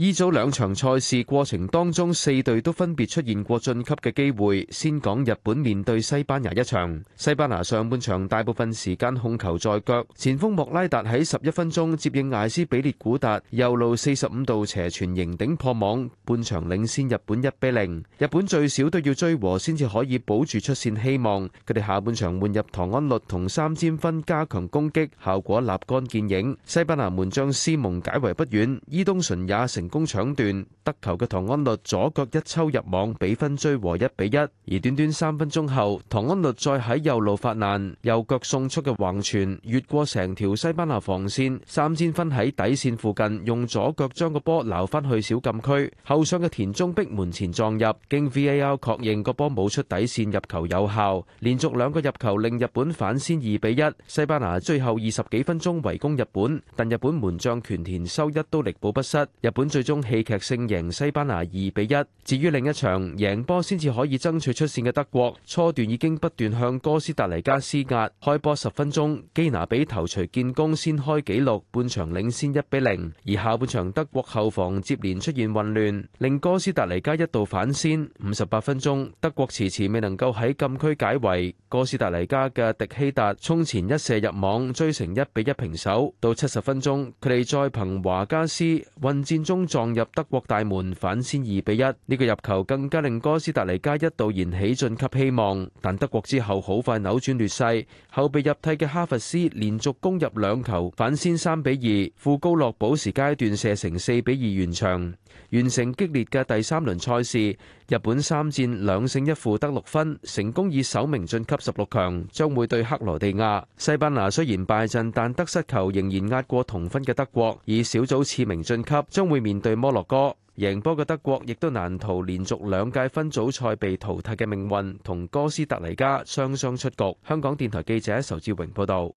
E 組兩場賽事過程當中，4隊都分別出現過晉級嘅機會。先講日本面對西班牙一場，西班牙上半場大部分時間控球在腳，前鋒莫拉達喺11分鐘接應艾斯比列古達右路45度斜傳迎頂破網，半場領先日本1-0。日本最少都要追和先至可以保住出線希望。佢哋下半場換入唐安律同三笘薰加強攻擊，效果立竿見影。西班牙門將斯蒙解圍不遠，伊東純也成功搶斷得球嘅唐安律左腳一抽入網，比分追和1-1。而短短3分鐘後，唐安律再喺右路發難，右腳送出嘅橫傳越過成條西班牙防線，三笘薰喺底線附近用左腳將個波撈翻去小禁區，後上嘅田中碧門前撞入，經 VAR 確認個波冇出底線，入球有效，連續2個入球令日本反先2-1。西班牙最後20幾分鐘圍攻日本，但日本門將權田修一都力保不失，日本最終戲劇性贏西班牙2-1。至於另一場贏波先至可以爭取出線嘅德國，初段已經不斷向哥斯達黎加施壓，開波10分鐘，基拿比頭槌建功先開紀錄，半場領先1-0。而下半場德國後防接連出現混亂，令哥斯達黎加一度反先。58分鐘，德國遲遲未能夠喺禁區解圍，哥斯達黎加嘅迪希達衝前一射入網，追成1-1平手。到70分鐘，佢哋再憑華加斯混戰中撞入德國大門，反先2-1。呢個入球更加令哥斯達黎加一度燃起晉級希望，但德國之後好快扭轉劣勢，後備入替嘅哈弗斯連續攻入2球，反先3-2。富高洛補時階段射成4-2完場。完成激烈嘅第3輪賽事，日本3戰2勝1負得6分，成功以首名晉級16強，將會對克羅地亞。西班牙雖然敗陣，但得失球仍然壓過同分嘅德國，以小組次名晉級，將會面對摩洛哥。贏波嘅德國亦都難逃連續2屆分組賽被淘汰嘅命運，同哥斯達黎加雙雙出局。香港電台記者仇志榮報道。